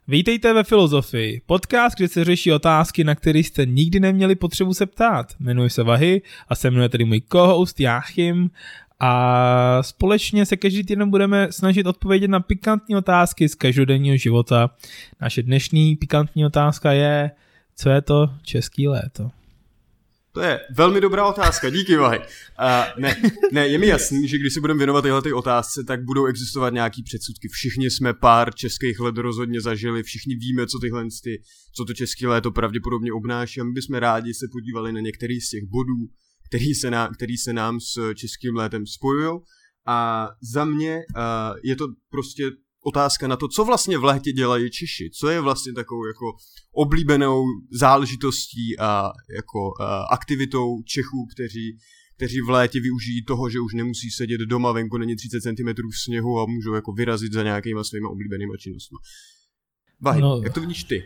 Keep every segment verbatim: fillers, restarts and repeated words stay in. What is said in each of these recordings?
Vítejte ve Filozofii, podcast, kde se řeší otázky, na které jste nikdy neměli potřebu se ptát. Jmenuji se Vahy a se mnou je tady můj co-host Jáchym a společně se každý týden budeme snažit odpovědět na pikantní otázky z každodenního života. Naše dnešní pikantní otázka je, co je to český léto? To je velmi dobrá otázka, díky Vahy. Uh, ne, ne, je mi jasný, že když se budeme věnovat téhleté otázce, tak budou existovat nějaký předsudky. Všichni jsme pár českých let rozhodně zažili, všichni víme, co tyhle, ty, co to české léto pravděpodobně obnáší a my bychom rádi se podívali na některý z těch bodů, který se, nám, který se nám s českým létem spojují. A za mě uh, je to prostě otázka na to, co vlastně v létě dělají Češi, co je vlastně takovou jako oblíbenou záležitostí a jako uh, aktivitou Čechů, kteří, kteří v létě využijí toho, že už nemusí sedět doma, venku není třicet centimetrů sněhu a můžou jako vyrazit za nějakýma svýma oblíbenýma činnostmi. Vahy, no, jak to vidíš ty?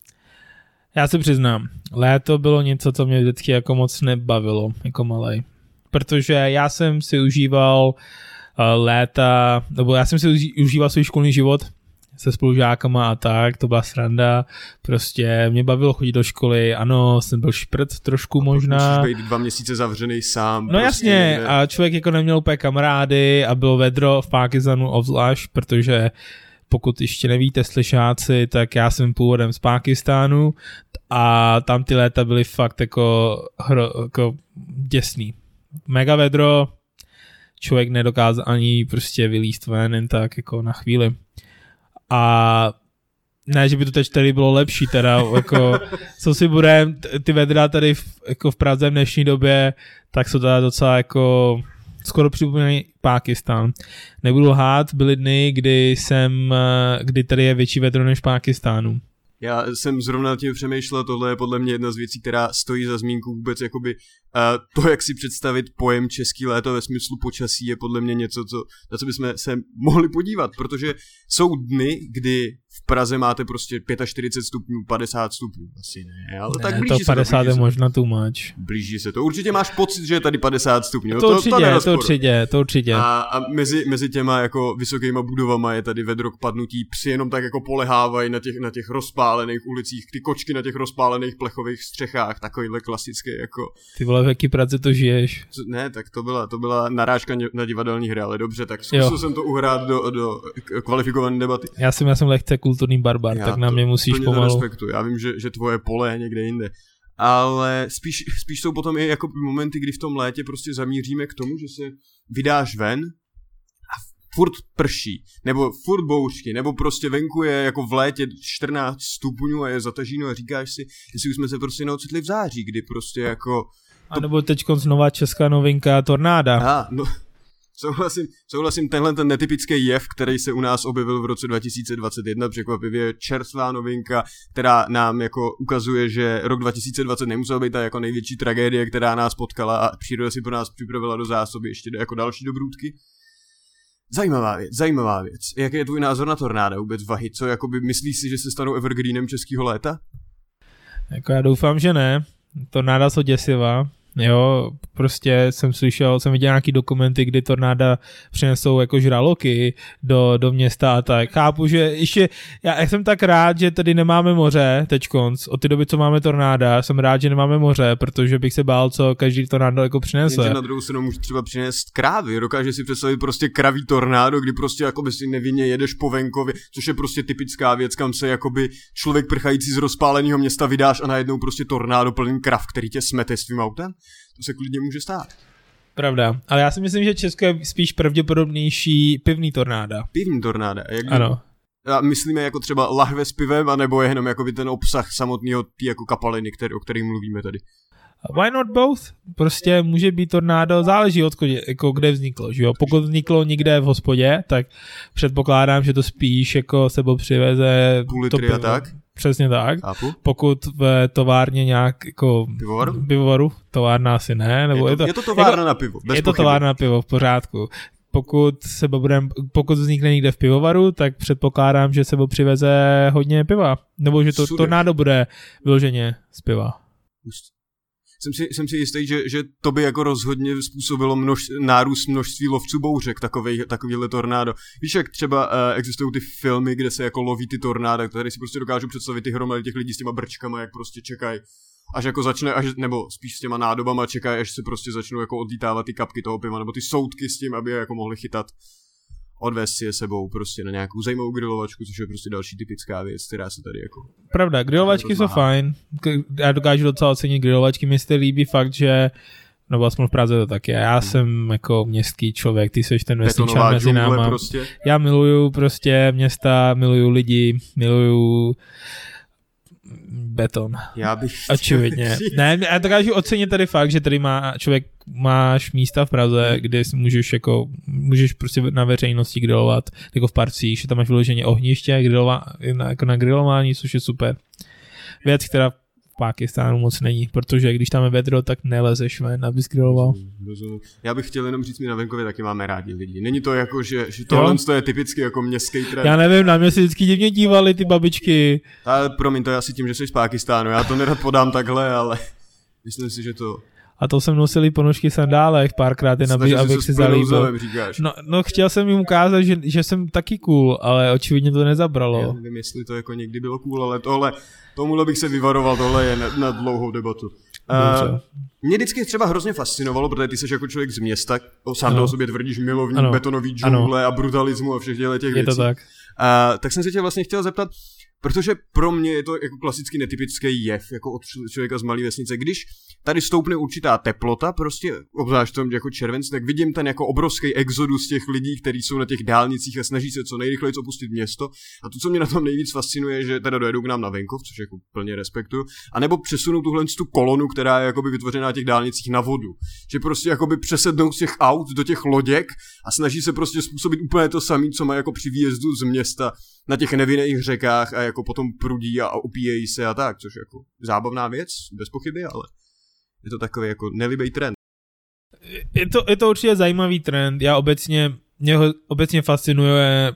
Já se přiznám, léto bylo něco, co mě vždycky jako moc nebavilo, jako malej. Protože já jsem si užíval léta, nebo já jsem si užíval svůj školní život se spolužákama a tak, to byla sranda, prostě mě bavilo chodit do školy, ano, jsem byl šprt trošku možná. Musíš být dva měsíce zavřený sám. No prostě jasně, ne... a člověk jako neměl úplně kamarády a bylo vedro v Pákistánu obzvlášť, protože pokud ještě nevíte slyšáci, tak já jsem původem z Pákistánu a tam ty léta byly fakt jako, hro, jako děsný. Mega vedro, člověk nedokázal ani prostě vylízt ven jen tak jako na chvíli. A ne, že by to teď tady bylo lepší teda, jako co si budem, ty vedra tady v, jako v Praze v dnešní době, tak jsou teda docela jako skoro připomínají Pákistán. Nebudu lhát, byly dny, kdy jsem, kdy tady je větší vedro než v Pákistánu. Já jsem zrovna nad tím přemýšlel, tohle je podle mě jedna z věcí, která stojí za zmínku vůbec, jakoby uh, to, jak si představit pojem český léto ve smyslu počasí, je podle mě něco, co, na co bychom se mohli podívat, protože jsou dny, kdy v Praze máte prostě čtyřicet pět stupňů, padesát stupňů, asi ne, ale ne, tak blíží to se padesát to, je možná too much. Blíží se to, určitě máš pocit, že je tady padesát stupňů. To, to určitě, to, to určitě, to určitě. A, a mezi, mezi těma jako vysokýma budovama je tady vedro k padnutí, psi jenom tak jako polehávají na těch, na těch rozpálených ulicích, ty kočky na těch rozpálených plechových střechách, takovýhle klasický jako... Ty vole, v jaký Praze to žiješ? Ne, tak to byla, to byla narážka na divadelní hry, ale dobře, tak zkusil jo. jsem to uhrát do, do kvalifikované debaty. Já jsem, já jsem lehce kulturní barbar, já tak na mě musíš pomalu. Respektuji. Já vím, že, že tvoje pole je někde jinde. Ale spíš, spíš jsou potom i jako momenty, kdy v tom létě prostě zamíříme k tomu, že se vydáš ven a furt prší, nebo furt bouřky, nebo prostě venku je jako v létě čtrnáct stupňů a je zataženo a říkáš si, jestli už jsme se prostě neocitli v září, kdy prostě jako... To... A nebo teďko nová česká novinka Tornáda. Aha, no... Souhlasím, souhlasím, tenhle ten netypický jev, který se u nás objevil v roce dva tisíce dvacet jedna, překvapivě čerstvá novinka, která nám jako ukazuje, že rok dva tisíce dvacet nemusel být ta jako největší tragédie, která nás potkala a příroda si pro nás připravila do zásoby ještě jako další dobrůdky. Zajímavá věc, zajímavá věc. Jaký je tvůj názor na tornáda vůbec, Vahy? Co jakoby myslíš si, že se stanou evergreenem českého léta? Jako já doufám, že ne. Tornáda jsou děsivá. Jo, prostě jsem slyšel, jsem viděl nějaký dokumenty, kdy tornáda přinesou jako žraloky do, do města a tak. Chápu, že ještě, já jsem tak rád, že tady nemáme moře teďkonc, od té doby, co máme tornáda, jsem rád, že nemáme moře, protože bych se bál, co každý tornádo jako přinese. Jenže na druhou stranu může třeba přinést krávy, dokáže si představit prostě kraví tornádo, kdy prostě jakoby si nevinně jedeš po venkově, což je prostě typická věc, kam se jakoby člověk prchající z rozpáleného města vydáš a najednou prostě tornádo plný krav, který tě smete svým autem. To se klidně může stát. Pravda, ale já si myslím, že Česko je spíš pravděpodobnější pivní tornáda. Pivní tornáda, jak ano. A myslíme jako třeba lahve s pivem, anebo je jenom jakoby ten obsah samotného tý jako kapaliny, který, o kterým mluvíme tady. Why not both? Prostě může být tornádo, záleží od kodě, jako kde vzniklo, že jo? Pokud vzniklo někde v hospodě, tak předpokládám, že to spíš jako sebou přiveze půl litry a tak. Přesně tak. Chápu. Pokud v továrně nějak jako pivovaru, pivovaru továrna asi ne, nebo je to, je to, je to továrna jako, na pivo. Bez je to pochyby. továrna na pivo, v pořádku. Pokud se budem, pokud vznikne někde v pivovaru, tak předpokládám, že sebou přiveze hodně piva, nebo že to tornádo bude vyloženě z piva. jsem si, jsem si jistý, že, že to by jako rozhodně způsobilo množ, nárůst množství lovců bouřek, takovej, takovýhle tornádo. Víš, jak třeba uh, existují ty filmy, kde se jako loví ty tornáda, které si prostě dokážu představit ty hromady těch lidí s těma brčkama, jak prostě čekají, až jako začne, až, nebo spíš s těma nádobama čekají, až se prostě začnou jako odlítávat ty kapky toho piva, nebo ty soudky s tím, aby je jako mohli chytat. Odvést si je sebou prostě na nějakou zajímavou grilovačku, což je prostě další typická věc, která se tady jako... Pravda, grilovačky jsou fajn. Já dokážu docela ocenit grilovačky, mi se líbí fakt, že no aspoň v Praze to tak je. Já hmm. jsem jako městský člověk, ty seš ten vesničan mezi náma. Prostě. Já miluju prostě města, miluju lidi, miluju beton. Já bych... Očividně. Ne, já dokážu ocenit tady fakt, že tady má člověk, máš místa v Praze, kde můžeš jako, můžeš prostě na veřejnosti grilovat, jako v parcích, že tam máš vyloženě ohniště, grilova, jako na grilování, což je super. Věc, která v Pákistánu moc není, protože když tam je vedro, tak nelezeš ven, abys griloval. Já bych chtěl jenom říct, my na venkově taky máme rádi lidi. Není to jako, že, že tohle je typicky jako městský trend. Já nevím, na mě se vždycky divně dívali ty babičky. Ale promiň, to je asi tím, že jsi z Pákistánu. Já to nerad podám takhle, ale myslím si, že to... A to jsem nosili ponožky sandálech párkrát, jen aby, abych si zalíbil. No, no chtěl jsem jim ukázat, že, že jsem taky cool, ale očividně to nezabralo. Já nevím, jestli to jako někdy bylo cool, ale tohle, tomuhle bych se vyvaroval, tohle je na, na dlouhou debatu. Uh, mě vždycky třeba hrozně fascinovalo, protože ty jsi jako člověk z města, sám ano. o sobě tvrdíš milovník ano. betonový džungle ano. a brutalismu a všech těch věcí. Je to tak. Uh, tak jsem se tě vlastně chtěl zeptat, protože pro mě je to jako klasicky netypický jev, jako od člověka z malé vesnice. Když tady stoupne určitá teplota, prostě obzvlášť tom jako červenci, tak vidím ten jako obrovský exodus těch lidí, kteří jsou na těch dálnicích a snaží se co nejrychleji opustit město. A to, co mě na tom nejvíc fascinuje, že teda dojedou k nám na venkov, což jako plně respektuju, anebo přesunou tuhle tu kolonu, která je jakoby vytvořená na těch dálnicích na vodu. Že prostě jakoby přesednou z těch aut do těch loděk a snaží se prostě způsobit úplně to samé, co má jako při výjezdu z města na těch nevinných řekách a jako potom prudí a opíjejí se a tak, což je jako zábavná věc, bez pochyby, ale je to takový jako nelibej trend. Je to, je to určitě zajímavý trend. Já obecně, mě ho obecně fascinuje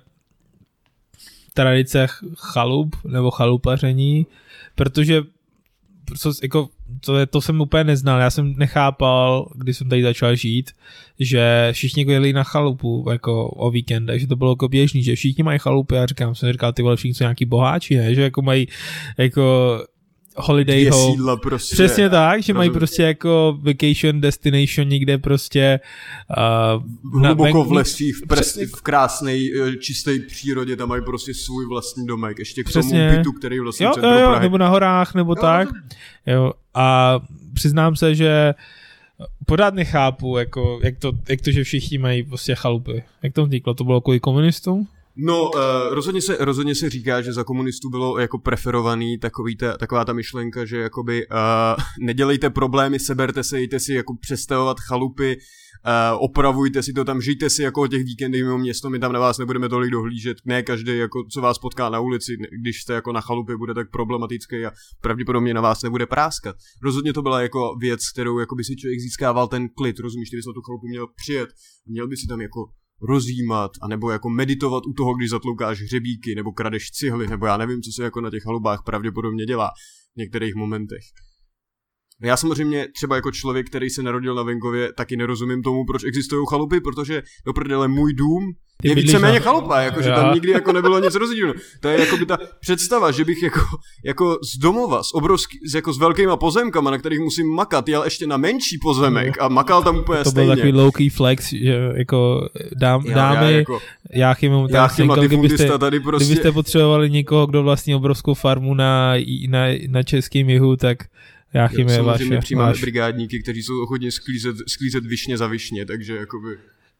tradice chalup nebo chalupaření, protože co, jako, to, je, to jsem úplně neznal. Já jsem nechápal, když jsem tady začal žít, že všichni jako jeli na chalupu jako o víkendech, že to bylo jako běžný, že všichni mají chalupy. Já říkám, jsem říkal, ty vole, všichni jsou nějaký boháči, ne? Že jako mají jako holiday home. Sídla prostě. Přesně tak, že mají prostě jako vacation destination někde prostě uh, hluboko v lesích, v, pres- v krásné čisté přírodě, tam mají prostě svůj vlastní domek, ještě k přesně. tomu bytu, který vlastně jo, centru jo, jo, Prahy. Nebo na horách, nebo jo, tak. Jo, a přiznám se, že pořád nechápu, jako, jak, to, jak to, že všichni mají prostě chalupy. Jak to vzniklo? To bylo kvůli komunistům? No, uh, rozhodně, se, rozhodně se říká, že za komunistů bylo jako preferovaný takový ta, taková ta myšlenka, že jakoby uh, nedělejte problémy, seberte se, jděte si jako přestavovat chalupy, uh, opravujte si to tam, žijte si jako o těch víkendech mimo město, my tam na vás nebudeme tolik dohlížet, ne každý, jako, co vás potká na ulici, když jste jako na chalupě, bude tak problematický a pravděpodobně na vás nebude práskat. Rozhodně to byla jako věc, kterou jako by si člověk získával ten klid, rozumíš, ty bys na tu chalupu měl přijet, měl by si tam jako rozjímat, anebo jako meditovat u toho, když zatloukáš hřebíky, nebo kradeš cihly, nebo já nevím, co se jako na těch chalupách pravděpodobně dělá v některých momentech. Já samozřejmě třeba jako člověk, který se narodil na venkově, taky nerozumím tomu, proč existují chalupy, protože do prdele můj dům je víceméně chalupa, jakože tam nikdy jako nebylo nic rozdílného. To je jako by ta představa, že bych jako, jako z domova, s obrovský, s, jako s velkýma pozemkama, na kterých musím makat, jel ještě na menší pozemek a makal tam úplně to stejně. To byl takový low-key flex, že jako dám, já, dámy, já jako, Jáchym, Jáchym kdybyste, tady prostě... kdybyste potřebovali někoho, kdo vlastní obrovskou farmu na, na, na českém jihu, tak Jáchym je vaše. Samozřejmě přijímáme brigádníky, kteří jsou ochotně sklízet, sklízet višně za višně, takže jakoby...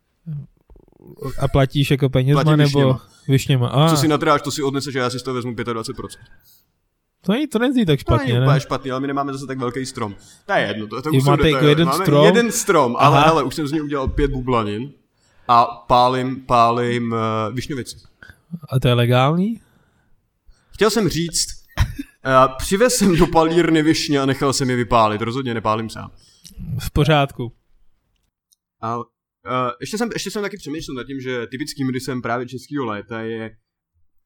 A platíš jako penězma Platí nebo višněma? Višněma. Ah. Co si natráš, to si odnese, že já si z toho vezmu dvacet pět procent. To není, to nezní tak špatně, ne? ne? úplně špatný, ale my nemáme zase tak velký strom. To je jedno, to, to už máte jako jeden máme strom? jeden strom, ale Aha. hele, už jsem z něj udělal pět bublanin a pálím, pálím uh, višňovici. A to je legální? Chtěl jsem říct, uh, přivez jsem do palírny višně a nechal jsem je vypálit, rozhodně nepálím sám. V pořádku. A uh, ještě, jsem, ještě jsem taky přemýšlel nad tím, že typickým rysem právě českého léta je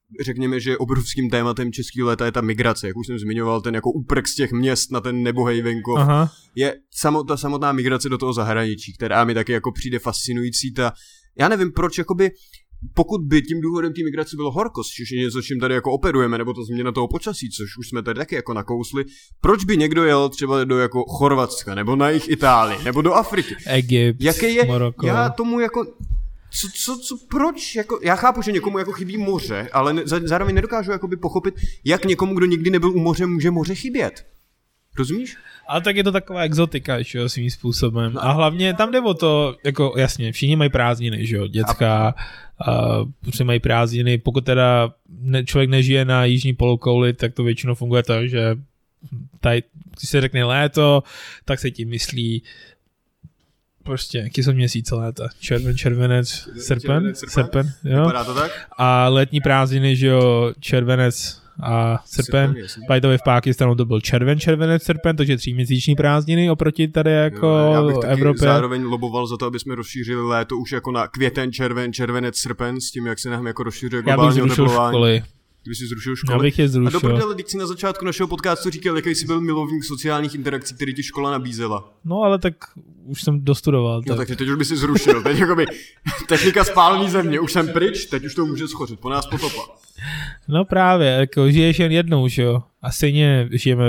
řekněme, že obrovským tématem český léta je ta migrace, jak už jsem zmiňoval, ten jako úprk z těch měst na ten nebohej venkov. Aha. Je samot, ta samotná migrace do toho zahraničí, která mi taky jako přijde fascinující. Ta, já nevím, proč, jakoby, pokud by tím důvodem té migrace bylo horkost, což je něco, čím tady jako operujeme, nebo to změna toho počasí, což už jsme tady taky jako nakousli, proč by někdo jel třeba do jako Chorvatska, nebo na jich Itálii, nebo do Afriky? Egypt, Jaké je, Moroko. Já tomu jako... Co, co, co, proč? Jako, já chápu, že někomu jako chybí moře, ale ne, zároveň nedokážu jakoby pochopit, jak někomu, kdo nikdy nebyl u moře, může moře chybět. Rozumíš? Ale tak je to taková exotika, že jo, svým způsobem. No. A hlavně tam jde o to, jako jasně, všichni mají prázdniny, že jo, dětská, a prostě mají prázdniny, pokud teda ne, člověk nežije na jižní polokouli, tak to většinou funguje tak, že tady, když se řekne léto, tak se tím myslí prostě, jaký jsou měsíce léta? Červen, červenec, srpen, srpen, jo. Vypadá to tak? A letní prázdniny, že jo, červenec a srpen. By the way, v Pákistánu to byl červen, červenec, srpen, takže tříměsíční prázdniny oproti tady jako jo, já bych taky Evropě. Zároveň loboval za to, aby jsme rozšířili léto už jako na květen, červen, červenec, srpen, s tím, jak se nám jako rozšířuje globální oteplování. Kdyby si zrušil školy. Já bych je zrušil. A do prdele, když jsi na začátku našeho podcastu říkal, jaký jsi byl milovník sociálních interakcí, který ti škola nabízela. No ale tak už jsem dostudoval. Tak. No tak teď už by si zrušil. Teď jakoby technika spálení země, už jsem pryč, teď už to může schořit, po nás potopa. No právě, jako žiješ jen jednou, že jo. A stejně žijeme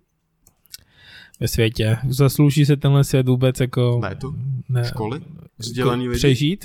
ve světě. Zaslouží se tenhle svět vůbec jako... Ne to? Ne. Školy? Vzdělaný lidi? Přežít?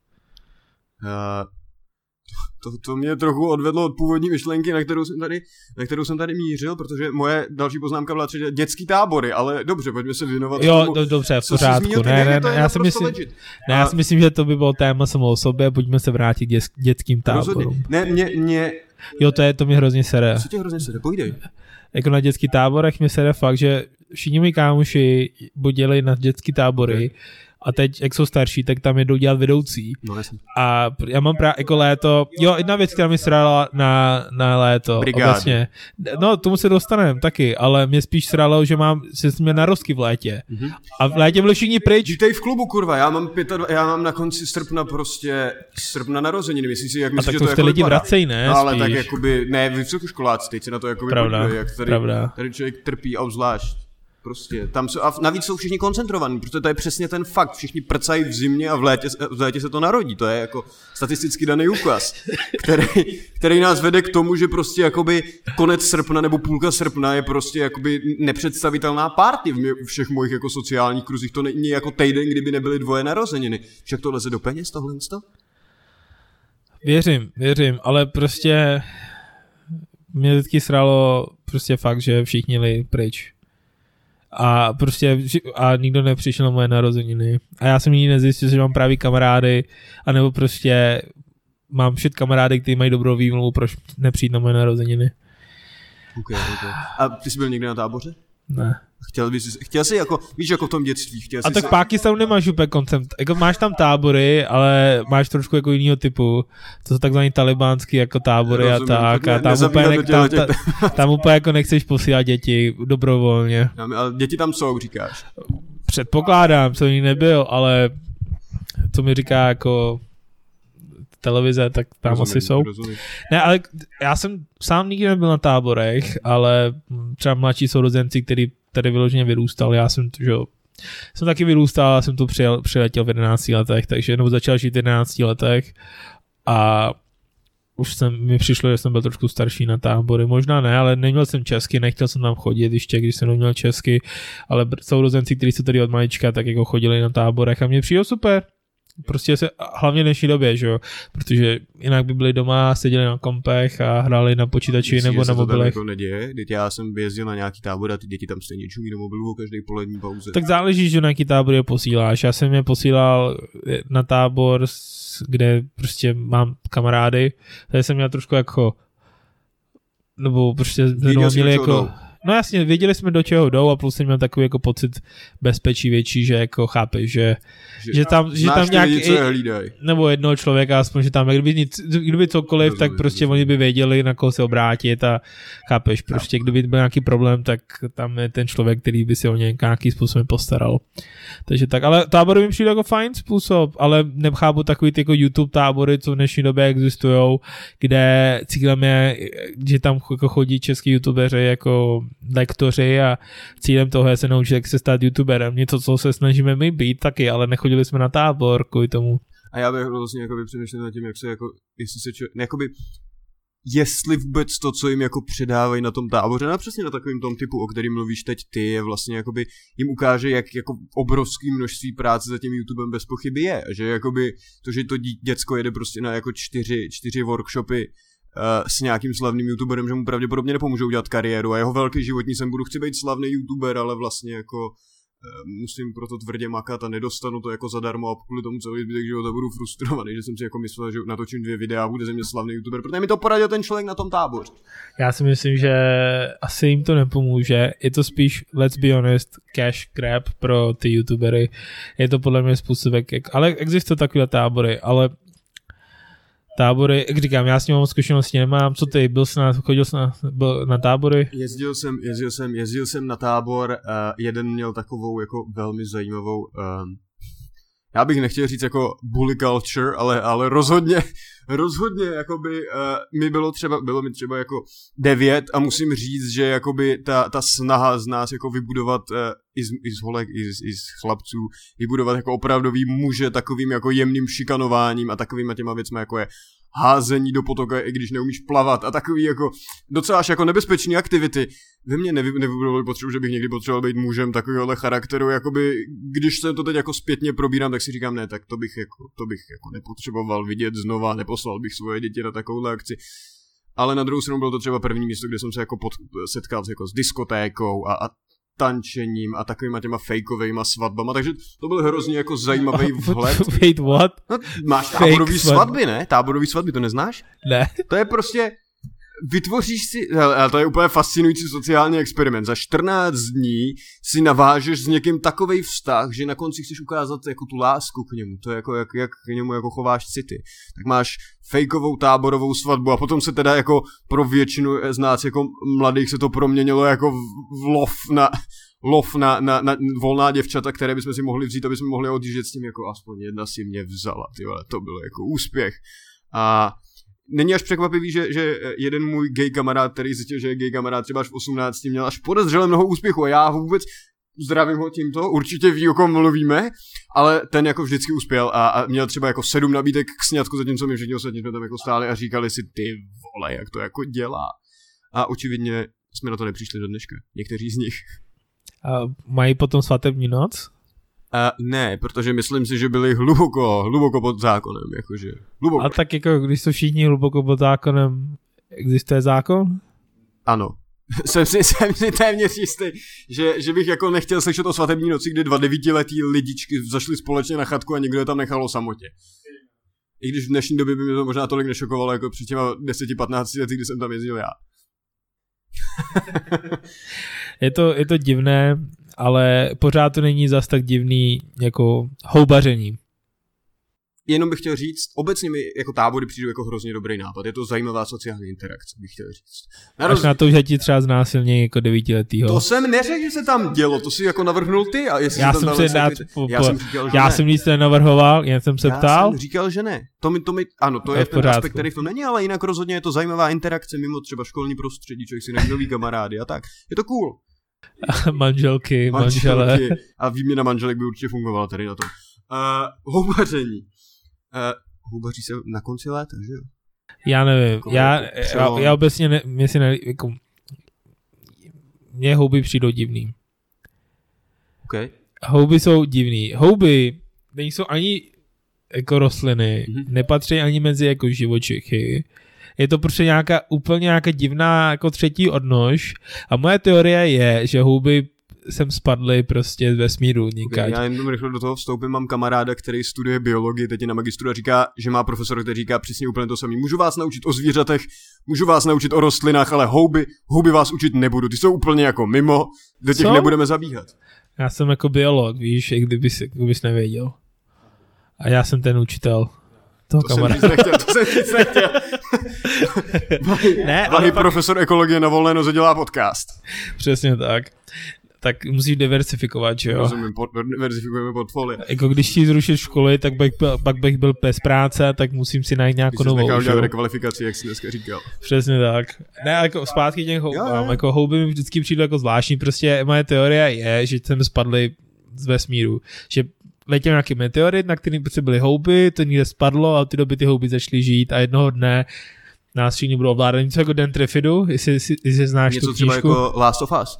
Uh... To, to mě trochu odvedlo od původní myšlenky, na kterou jsem tady, na kterou jsem tady mířil, protože moje další poznámka byla třeba dětský tábory, ale dobře, pojďme se věnovat jo, tomu. Jo, dobře, v pořádku. Ne, ne, ne, já si myslím, ne, já si myslím, že to by bylo téma samo o sobě, pojďme se vrátit k dět, dětským táborům. Rozhodně. Ne, mě, mě... Jo, to je, to mě hrozně sere. Co tě hrozně sere? Pojdej. Jako na dětských táborech mě sere fakt, že všichni moji kámoši dělají na dětský tábory, okay. A teď, jak jsou starší, tak tam jedou dělat vedoucí. No, jasně. A já mám právě jako léto, jo, jedna věc, která mi srala na, na léto. Brigády. Obecně. No, tomu se dostaneme taky, ale mě spíš sralo, že mám, že jsme narozky v létě. Mm-hmm. A v létě byli všichni pryč. Žítej v klubu, kurva, já mám, pětadv... já mám na konci srpna prostě srpna narozeniny, myslím si, jak myslíš, že to jako lidi vracej, ne? No, ale spíš. Tak jakoby, ne, vysokoškoláci, teď se na to jakoby pravda, jak tady, tady člověk trpí a obzvlášť. Prostě, tam jsou, a navíc jsou všichni koncentrovaní, protože to je přesně ten fakt, všichni prcají v zimě a v létě, v létě se to narodí, to je jako statisticky daný úkaz, který, který nás vede k tomu, že prostě jakoby konec srpna nebo půlka srpna je prostě jakoby nepředstavitelná party v, mě, v všech mojich jako sociálních kruzích, to není jako týden, kdyby nebyly dvoje narozeniny, však to leze do peněz tohle to? Věřím, věřím, ale prostě mě vždycky sralo prostě fakt, že všichni jeli pryč. A prostě a nikdo nepřišel na moje narozeniny. A já jsem nikdy nezjistil, že mám právě kamarády, anebo prostě mám všet kamarády, kteří mají dobrou výmluvu, proč nepřijít na moje narozeniny. Okay, okay. A ty jsi byl někdy na táboře? Ne. Chtěl bys, chtěl jsi jako, víš, jako v tom dětství. Chtěl a tak se... v Pákistánu nemáš úplně koncept. Jako máš tam tábory, ale máš trošku jako jinýho typu. To jsou takzvaný talibánský jako tábory. Rozumím, a tak. A tam úplně, ne, tam, ta, tam úplně jako nechceš posílat děti dobrovolně. Ale děti tam jsou, říkáš. Předpokládám, co ní nebyl, ale co mi říká jako televize, tak tam rozumím, asi jsou. Rozumím. Ne, ale já jsem sám nikdy nebyl na táborech, ale třeba mladší sourozenci, který tady vyloženě vyrůstal, já jsem, že jo, jsem taky vyrůstal, jsem tu přijel, přiletěl v jedenácti letech, takže nebo začal žít v jedenácti letech a už jsem, mi přišlo, že jsem byl trošku starší na tábory, možná ne, ale neměl jsem česky, nechtěl jsem tam chodit ještě, když jsem neměl česky, ale sourozenci, kteří jsou tady od malička, tak jako chodili na táborech a mě přijde super. Prostě se, hlavně v dnešní době, že jo, protože jinak by byli doma, seděli na kompech a hráli na počítači Myslím, nebo na mobilech. To neděje, teď já jsem jezdil na nějaký tábor a ty děti tam stejně čumí do mobilu o každé polední pauze. Tak záleží, že na jaký tábor je posíláš. Já jsem je posílal na tábor, kde prostě mám kamarády, tady jsem měl trošku jako, nebo prostě měli jako, No jasně, věděli jsme, do čeho jdou a plus jsem měl takový jako pocit bezpečí větší, že jako chápeš, že, že, že tam, že tam nějak, lidi, nebo jednoho člověka aspoň, že tam, kdyby, nic, kdyby cokoliv, rozumím, tak prostě rozumím. Oni by věděli, na koho se obrátit a chápeš, prostě kdyby byl nějaký problém, tak tam je ten člověk, který by si o něj nějakým způsobem postaral. Takže tak, ale tábory mi přijde jako fajn způsob, ale nechápu takový ty jako YouTube tábory, co v dnešní době existujou, kde cílem je, že tam jako chodí český youtubeři jako lektoři a cílem toho je se naučit, jak se stát youtuberem. Něco, co se snažíme my být taky, ale nechodili jsme na tábor kvůli tomu. A já bych vlastně jakoby přemýšlel nad tím, jak se jako, jestli se čo, jakoby, jestli vůbec to, co jim jako předávají na tom táboře, a přesně na takovým tom typu, o kterým mluvíš teď ty, je vlastně jakoby, jim ukáže, jak jako obrovský množství práce za tím YouTubem bez pochyby je. Že jakoby to, že to děcko jede prostě na jako čtyři, čtyři workshopy Uh, s nějakým slavným youtuberem, že mu pravděpodobně nepomůžou udělat kariéru a jeho velký životní sen budu chci být slavný youtuber, ale vlastně jako uh, musím proto tvrdě makat a nedostanu to jako zadarmo a kvůli tomu celý zbytek života budu frustrovaný, že jsem si jako myslel, že natočím dvě videa a bude ze mě slavný youtuber, protože mi to poradil ten člověk na tom táboře. Já si myslím, že asi jim to nepomůže, je to spíš, let's be honest, cash grab pro ty youtubery, je to podle mě způsob, jak, ale existují takové tábory, ale tábory, jak říkám, já s ním zkušenosti nemám, co ty, byl jsi na, chodil jsi na, byl na tábory? Jezdil jsem, jezdil jsem, jezdil jsem na tábor, uh, jeden měl takovou jako velmi zajímavou, um, já bych nechtěl říct jako bully culture, ale, ale rozhodně, rozhodně jakoby uh, mi bylo třeba, bylo mi třeba jako devět a musím říct, že jakoby ta, ta snaha z nás jako vybudovat uh, i, z, i z holek, i z, i z chlapců, vybudovat jako opravdový muže takovým jako jemným šikanováním a takovýma těma věcma jako je házení do potoka, i když neumíš plavat a takový jako docela až jako nebezpečný aktivity. Ve mně nevy, nevybudovali potřebu, že bych někdy potřeboval být mužem takovýhohle charakteru, jakoby, když se to teď jako zpětně probírám, tak si říkám, ne, tak to bych jako, to bych jako nepotřeboval vidět znova, neposlal bych svoje děti na takovouhle akci. Ale na druhou stranu bylo to třeba první místo, kde jsem se jako pod, setkal jako s diskotékou a, a tančením a takovýma těma fejkovejma svatbama, takže to byl hrozně jako zajímavý vhled. Wait, what? No, máš táborový svatby, ne? Táborový svatby, to neznáš? Ne. To je prostě, vytvoříš si, hele, to je úplně fascinující sociální experiment, za čtrnáct dní si navážeš s někým takovej vztah, že na konci chceš ukázat jako tu lásku k němu, to je jako, jak, jak k němu jako chováš city. Tak máš fejkovou táborovou svatbu a potom se teda jako pro většinu z nás jako mladých se to proměnilo jako v lov na, lov na, na, na volná děvčata, které bychom si mohli vzít, aby jsme mohli odjíždět s tím jako aspoň jedna si mě vzala, tyhle, to bylo jako úspěch. A není až překvapivý, že, že jeden můj gay kamarád, který zjistil, že je gay kamarád třeba až v osmnácti, měl až podezřele mnoho úspěchu a já vůbec zdravím ho tímto, určitě ví, o kom mluvíme, ale ten jako vždycky uspěl a, a měl třeba jako sedm nabídek k sňatku, zatímco my všichni ostatní jsme tam jako stáli a říkali si, ty vole, jak to jako dělá. A očividně jsme na to nepřišli do dneška, někteří z nich. A mají potom svatební noc? Uh, ne, protože myslím si, že byli hluboko, hluboko pod zákonem, jakože, hluboko. A tak jako, když jsou všichni hluboko pod zákonem, existuje zákon? Ano. jsem, si, jsem si téměř jistý, že, že bych jako nechtěl slyšet o svatební noci, kdy dva devítiletí lidičky zašli společně na chatku a někdo je tam nechal o samotě. I když v dnešní době by mě to možná tolik nešokovalo, jako před těma deset patnácti lety, kdy jsem tam jezdil já. je, to, je to divné, ale pořád to není zas tak divný jako houbaření. Jenom bych chtěl říct, obecně mi jako tábory přijdou jako hrozně dobrý nápad. Je to zajímavá sociální interakce, bych chtěl říct. Na roz... Až na to, že ti třeba znásilnějí jako devítiletýho. To jsem neřekl, že se tam dělo, to si jako navrhnul ty. A jestli já jsem jsem se dát, po, já jsem říkal, že já ne. jsem nic nenavrhoval, jen jsem se já ptal. Já jsem říkal, že ne. To mi, to mi, ano, to je, je ten pořádku. Aspekt, který v tom není, ale jinak rozhodně je to zajímavá interakce mimo třeba školní prostředí, člověk si najde nový kamarády a tak. Je to cool. manželky, manžele. Manželky a výměna manželek by určitě fungovala tady na tom. Uh, houbaření. Uh, houbaří se na konci léta, že jo? Já nevím. Jako já, já, já obecně ne, mě si ne, jako, mě houby přijdou divný. Okay. Houby jsou divný. Houby nejsou ani jako rostliny, mm-hmm. nepatří ani mezi jako živočichy. Je to prostě nějaká úplně nějaká divná jako třetí odnož a moje teorie je, že houby sem spadly prostě z vesmíru někať. Okay, já jenom rychle do toho vstoupím, mám kamaráda, který studuje biologii, teď je na magistru a říká, že má profesor, který říká přesně úplně to samé. Můžu vás naučit o zvířatech, můžu vás naučit o rostlinách, ale houby, houby vás učit nebudu, ty jsou úplně jako mimo, do těch Co? nebudeme zabíhat. Já jsem jako biolog, víš, i kdybys, kdybys nevěděl. A já jsem ten učitel. Toho to kamaráda. jsem říct nechtěl, to jsem říct nechtěl. ne, Vahy pak... profesor ekologie na volné noze dělá podcast. Přesně tak. Tak musíš diversifikovat, že jo? Rozumím, pod, diversifikujeme portfolio. Jako když ti zrušit školy, tak bych, pak bych byl bez práce, tak musím si najít nějakou novou. Ty jsi nechal udělat rekvalifikaci, jak jsi dneska říkal. Přesně tak. Ne, jako zpátky těm houbám. Jako houby mi vždycky přijde jako zvláštní. Prostě moje teorie je, že sem spadly z vesmíru. Že letěl nějaký meteorit, na kterým prostě byly houby, to někde spadlo a od té doby ty houby začaly žít a jednoho dne nás všichni budou ovládat. Něco jako Den Trifidu, jestli, jestli, jestli znáš Něco tu knížku. Něco třeba jako Last of Us.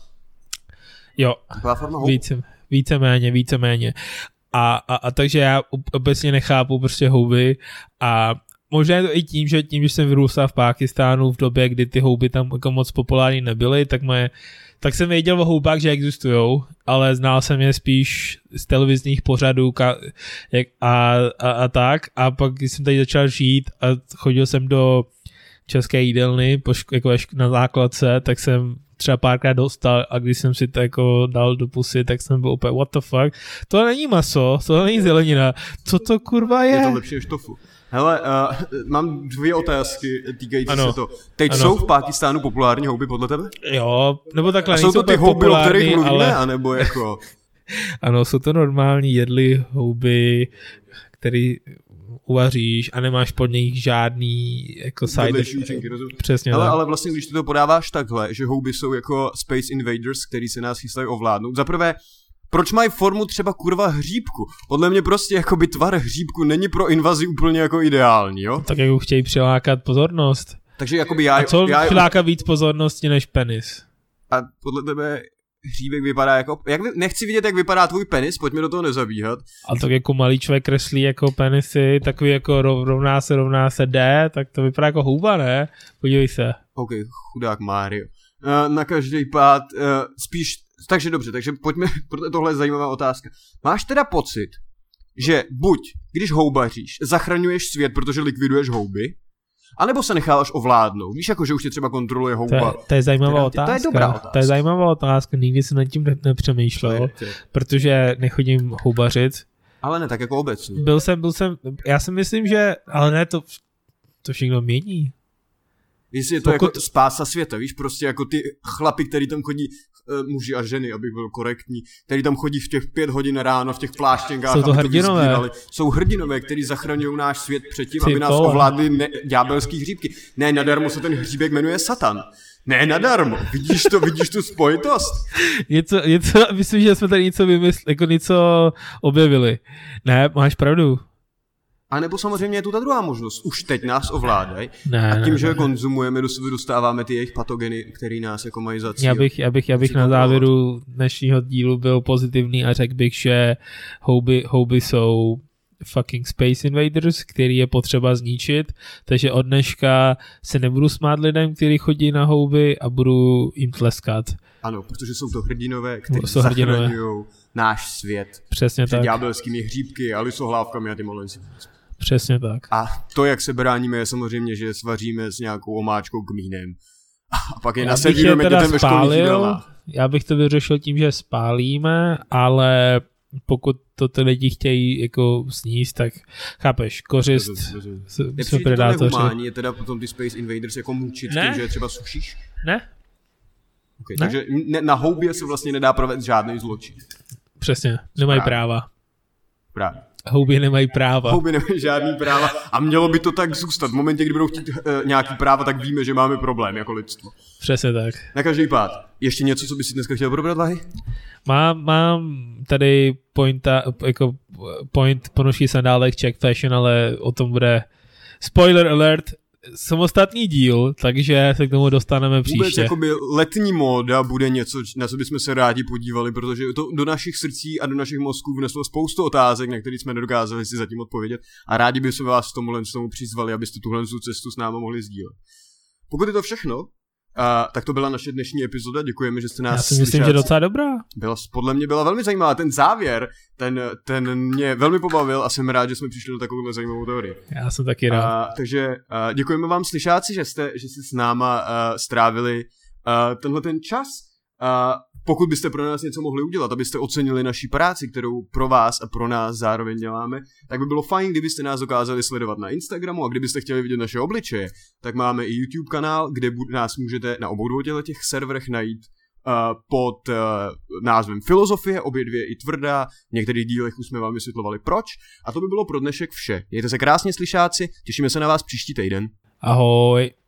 Jo, více, víceméně, víceméně. A, a, a takže já obecně nechápu prostě houby a možná je to i tím, že tím, že jsem vyrůstal v Pákistánu v době, kdy ty houby tam jako moc populární nebyly, tak moje, tak jsem věděl o houbách, že existujou, ale znal jsem je spíš z televizních pořadů ka, jak, a, a, a tak. A pak, když jsem tady začal žít a chodil jsem do české jídelny jako na základce, tak jsem třeba párkrát dostal a když jsem si to jako dal do pusy, tak jsem byl úplně what the fuck. To není maso, to není zelenina. Co to kurva je? Je to lepší než tofu. Hele, uh, mám dvě otázky týkající ano. se to. Teď ano. jsou v Pákistánu populární houby podle tebe? Jo, nebo takhle. A jsou to ty houby, o kterých mluvíme, ale... anebo jako... Ano, jsou to normální jedlí houby, který uvaříš a nemáš pod nich žádný jako side účinky, přesně. Ale, ale vlastně, když ty to podáváš takhle, že houby jsou jako Space Invaders, který se nás chystají ovládnout. Zaprvé, proč mají formu třeba kurva hříbku? Podle mě prostě jakoby tvar hříbku není pro invazi úplně jako ideální, jo? Tak jako chtějí přilákat pozornost. Takže jakoby já... A co já, přiláká víc pozornosti než penis? A podle tebe hříbek vypadá jako... Jak, nechci vidět, jak vypadá tvůj penis, pojďme do toho nezabíhat. A tak jako malý člověk kreslí jako penisy, takový jako rovná se, rovná se D, tak to vypadá jako houba, ne? Podívej se. OK, chudák Mário. Uh, na každý pád uh, spíš... Takže dobře, takže pojďme, protože tohle je zajímavá otázka. Máš teda pocit, že buď, když houbaříš, zachraňuješ svět, protože likviduješ houby, anebo se necháváš ovládnout? Víš, jako, že už tě třeba kontroluje houba. To je, to je zajímavá tě, otázka. To je dobrá otázka. To je zajímavá otázka, nikdy jsem nad tím ne- nepřemýšlel, je, protože nechodím houbařit. Ale ne, tak jako obecně. Byl jsem, byl jsem, já si myslím, že, ale ne, to, to všechno mění. Jestli je to Pokud... jako spása světa, víš, prostě jako ty chlapi, který tam chodí, muži a ženy, abych byl korektní, který tam chodí v těch pět hodin ráno v těch pláštěnkách, jsou to aby hrdinové. To vyzbírali. Jsou hrdinové, kteří zachraňují náš svět před tím, aby nás ovládli ne- ďábelský hříbky. Ne, nadarmo se ten hříbek jmenuje Satan. Ne, nadarmo. Vidíš to, vidíš tu spojitost? něco, něco, myslím, že jsme tady něco vymysleli, jako něco objevili. Ne, máš pravdu. A nebo samozřejmě je tu ta druhá možnost. Už teď nás ovládají. Ne, a tím, ne, že ne. je konzumujeme, do sebe dostáváme ty jejich patogeny, který nás jako mají za cíl. Já bych, já bych, já bych na závěru dnešního dílu byl pozitivní a řekl bych, že houby, houby jsou fucking Space Invaders, který je potřeba zničit, takže od dneška se nebudu smát lidem, kteří chodí na houby a budu jim tleskat. Ano, protože jsou to hrdinové, kteří zachraňují náš svět. Přesně před tak. ďábelskými hříbky a lisohlávkami a ty malenci. Přesně tak. A to, jak se bráníme, je samozřejmě, že svaříme s nějakou omáčkou kmínem. A pak je naservírujeme dětem ve školních jídelnách. Já bych to vyřešil tím, že spálíme, ale pokud to ty lidi chtějí jako sníst, tak chápeš, kořist jsou predátoři. Nehumání je teda potom ty Space Invaders jako mučit ne. tím, že je třeba sušíš? Ne. Okay, ne. Takže ne, na houbě se vlastně nedá provést žádný zločin. Přesně, nemají práva. Právě. Houby nemají práva. Houby nemají žádný práva a mělo by to tak zůstat. V momentě, kdy budou chtít uh, nějaký práva, tak víme, že máme problém jako lidstvo. Přesně tak. Na každý pád. Ještě něco, co bys si dneska chtěl probrat, Vahy? Mám, mám tady pointa, jako point ponožky sandálek check fashion, ale o tom bude spoiler alert, samostatný díl, takže se k tomu dostaneme příště. Vůbec jakoby letní móda bude něco, na co bychom se rádi podívali, protože to do našich srdcí a do našich mozků vneslo spoustu otázek, na které jsme nedokázali si zatím odpovědět a rádi bychom vás k tomuhle tomu přizvali, abyste tuhle cestu s námi mohli sdílet. Pokud je to všechno, A, tak to byla naše dnešní epizoda, děkujeme, že jste nás Já si myslím, že docela dobrá. Byla, podle mě byla velmi zajímavá, ten závěr, ten, ten mě velmi pobavil a jsem rád, že jsme přišli do takovou zajímavou teorii. Já jsem taky rád. A, takže a, děkujeme vám slyšáci, že jste, že jste s náma a, strávili a, tenhle ten čas. A pokud byste pro nás něco mohli udělat, abyste ocenili naši práci, kterou pro vás a pro nás zároveň děláme, tak by bylo fajn, kdybyste nás dokázali sledovat na Instagramu a kdybyste chtěli vidět naše obličeje, tak máme i YouTube kanál, kde nás můžete na obou dvou těch serverech najít uh, pod uh, názvem Filozofie, obě dvě i tvrdá, v některých dílech už jsme vám vysvětlovali proč a to by bylo pro dnešek vše. Mějte se krásně slyšáci, těšíme se na vás příští týden. Ahoj.